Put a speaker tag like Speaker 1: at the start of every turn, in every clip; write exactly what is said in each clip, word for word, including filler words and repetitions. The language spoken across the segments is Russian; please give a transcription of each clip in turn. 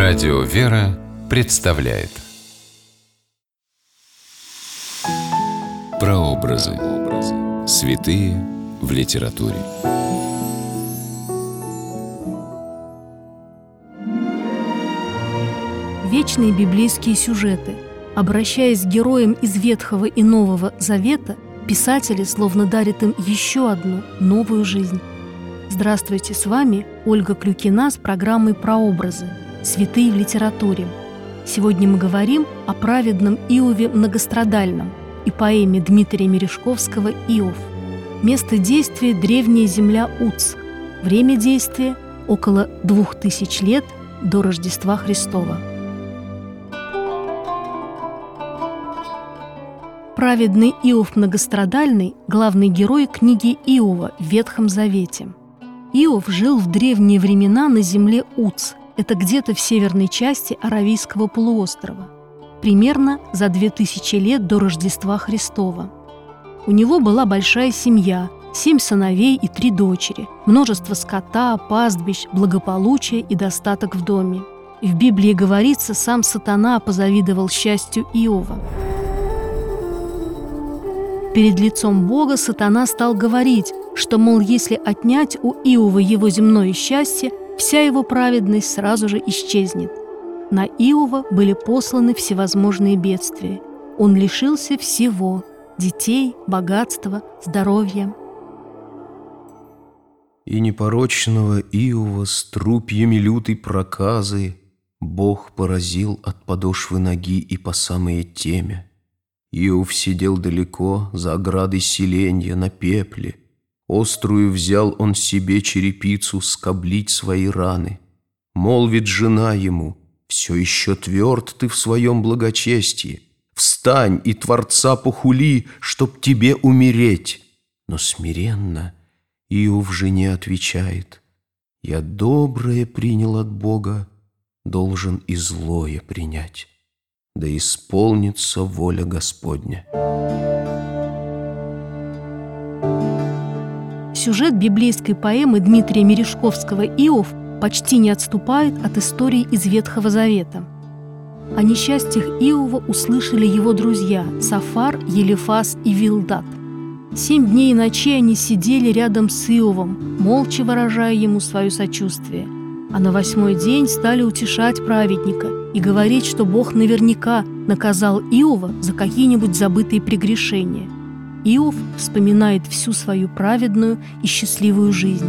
Speaker 1: Радио «Вера» представляет Прообразы. Святые в литературе.
Speaker 2: Вечные библейские сюжеты. Обращаясь к героям из Ветхого и Нового Завета, писатели словно дарят им еще одну новую жизнь. Здравствуйте, с вами Ольга Клюкина с программой «Прообразы. Святые в литературе». Сегодня мы говорим о праведном Иове Многострадальном и поэме Дмитрия Мережковского «Иов». Место действия – древняя земля Уц. Время действия – около двух тысяч лет до Рождества Христова. Праведный Иов Многострадальный – главный герой книги Иова в Ветхом Завете. Иов жил в древние времена на земле Уц. Это где-то в северной части Аравийского полуострова. Примерно за две тысячи лет до Рождества Христова. У него была большая семья, семь сыновей и три дочери, множество скота, пастбищ, благополучие и достаток в доме. И в Библии говорится, сам сатана позавидовал счастью Иова. Перед лицом Бога сатана стал говорить, что, мол, если отнять у Иова его земное счастье, вся его праведность сразу же исчезнет. На Иова были посланы всевозможные бедствия. Он лишился всего – детей, богатства, здоровья.
Speaker 3: И непорочного Иова с трупьями лютой проказы Бог поразил от подошвы ноги и по самые темя. Иов сидел далеко, за оградой селенья, на пепле. Острую взял он себе черепицу скоблить свои раны. Молвит жена ему: «Все еще тверд ты в своем благочестии. Встань и Творца похули, чтоб тебе умереть». Но смиренно Иов жене отвечает: «Я доброе принял от Бога, должен и злое принять. Да исполнится воля Господня».
Speaker 2: Сюжет библейской поэмы Дмитрия Мережковского «Иов» почти не отступает от истории из Ветхого Завета. О несчастьях Иова услышали его друзья Сафар, Елифаз и Вилдат. Семь дней и ночей они сидели рядом с Иовом, молча выражая ему свое сочувствие. А на восьмой день стали утешать праведника и говорить, что Бог наверняка наказал Иова за какие-нибудь забытые прегрешения. Иов вспоминает всю свою праведную и счастливую жизнь.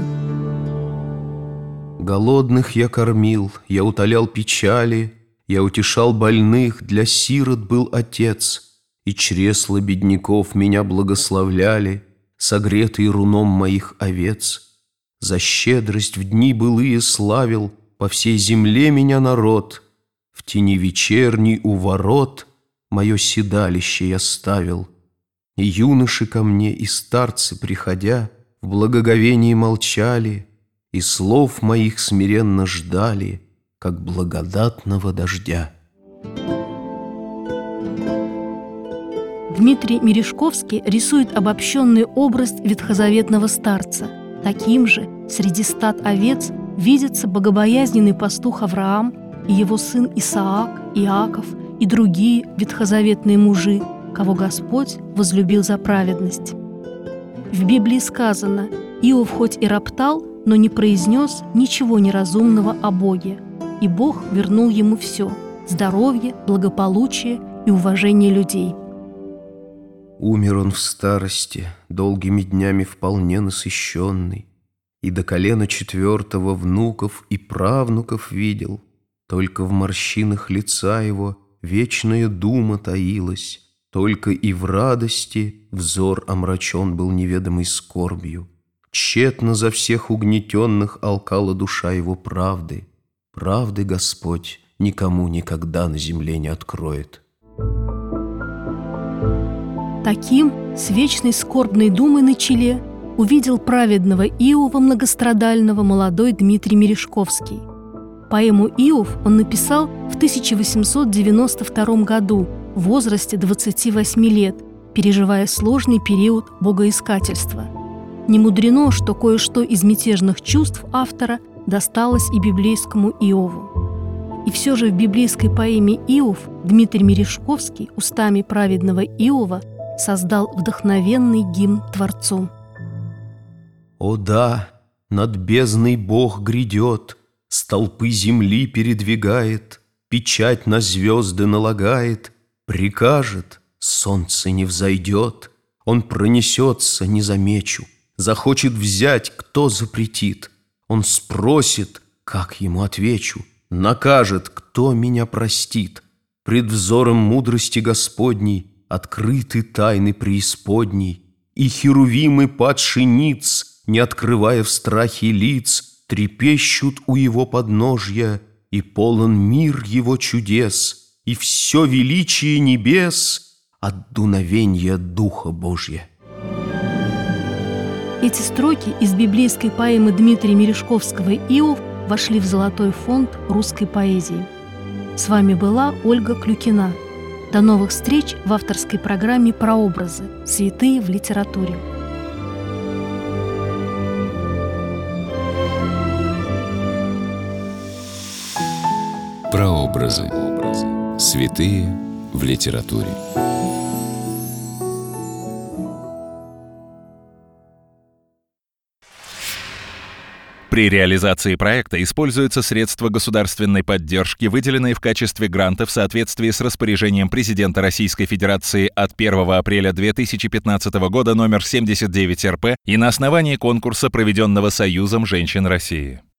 Speaker 3: «Голодных я кормил, я утолял печали, я утешал больных, для сирот был отец, и чресла бедняков меня благословляли, согретые руном моих овец. За щедрость в дни былые славил по всей земле меня народ, в тени вечерней у ворот мое седалище я ставил. И юноши ко мне, и старцы, приходя, в благоговении молчали, и слов моих смиренно ждали, как благодатного дождя».
Speaker 2: Дмитрий Мережковский рисует обобщенный образ ветхозаветного старца. Таким же среди стад овец видится богобоязненный пастух Авраам и его сын Исаак, Иаков и другие ветхозаветные мужи, кого Господь возлюбил за праведность. В Библии сказано: «Иов хоть и роптал, но не произнес ничего неразумного о Боге, и Бог вернул ему все – здоровье, благополучие и уважение людей».
Speaker 3: Умер он в старости, долгими днями вполне насыщенный, и до колена четвертого внуков и правнуков видел, только в морщинах лица его вечная дума таилась, только и в радости взор омрачен был неведомой скорбью. Тщетно за всех угнетенных алкала душа его правды. Правды Господь никому никогда на земле не откроет.
Speaker 2: Таким, с вечной скорбной думой на челе, увидел праведного Иова Многострадального молодой Дмитрий Мережковский. Поэму «Иов» он написал в тысяча восемьсот девяносто втором году, в возрасте двадцати восьми лет, переживая сложный период богоискательства. Не мудрено, что кое-что из мятежных чувств автора досталось и библейскому Иову. И все же в библейской поэме «Иов» Дмитрий Мережковский устами праведного Иова создал вдохновенный гимн Творцу.
Speaker 3: О да, над бездной Бог грядет, столпы земли передвигает, печать на звезды налагает, прикажет, солнце не взойдет, он пронесется, не замечу, захочет взять, кто запретит, он спросит, как ему отвечу, накажет, кто меня простит, пред взором мудрости Господней открыты тайны преисподней, и херувимы падший ниц, не открывая в страхе лиц, трепещут у его подножья, и полон мир его чудес, и все величие небес от дуновенья Духа Божья.
Speaker 2: Эти строки из библейской поэмы Дмитрия Мережковского «Иов» вошли в золотой фонд русской поэзии. С вами была Ольга Клюкина. До новых встреч в авторской программе «Прообразы. Святые в литературе».
Speaker 1: Прообразы. Святые в литературе.
Speaker 4: При реализации проекта используются средства государственной поддержки, выделенные в качестве гранта в соответствии с распоряжением президента Российской Федерации от первого апреля две тысячи пятнадцатого года номер семьдесят девять эр пэ и на основании конкурса, проведенного Союзом женщин России.